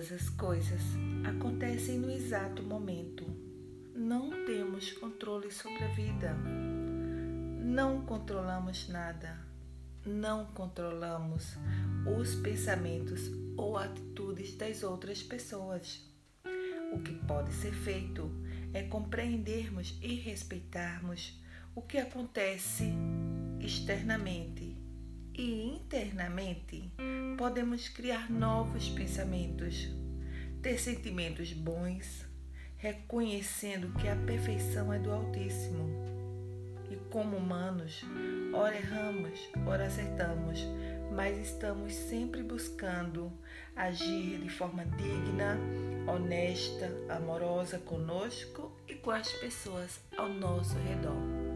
Todas as coisas acontecem no exato momento. Não temos controle sobre a vida. Não controlamos nada. Não controlamos os pensamentos ou atitudes das outras pessoas. O que pode ser feito é compreendermos e respeitarmos o que acontece externamente e internamente. Podemos criar novos pensamentos, ter sentimentos bons, reconhecendo que a perfeição é do Altíssimo. E como humanos, ora erramos, ora acertamos, mas estamos sempre buscando agir de forma digna, honesta, amorosa conosco e com as pessoas ao nosso redor.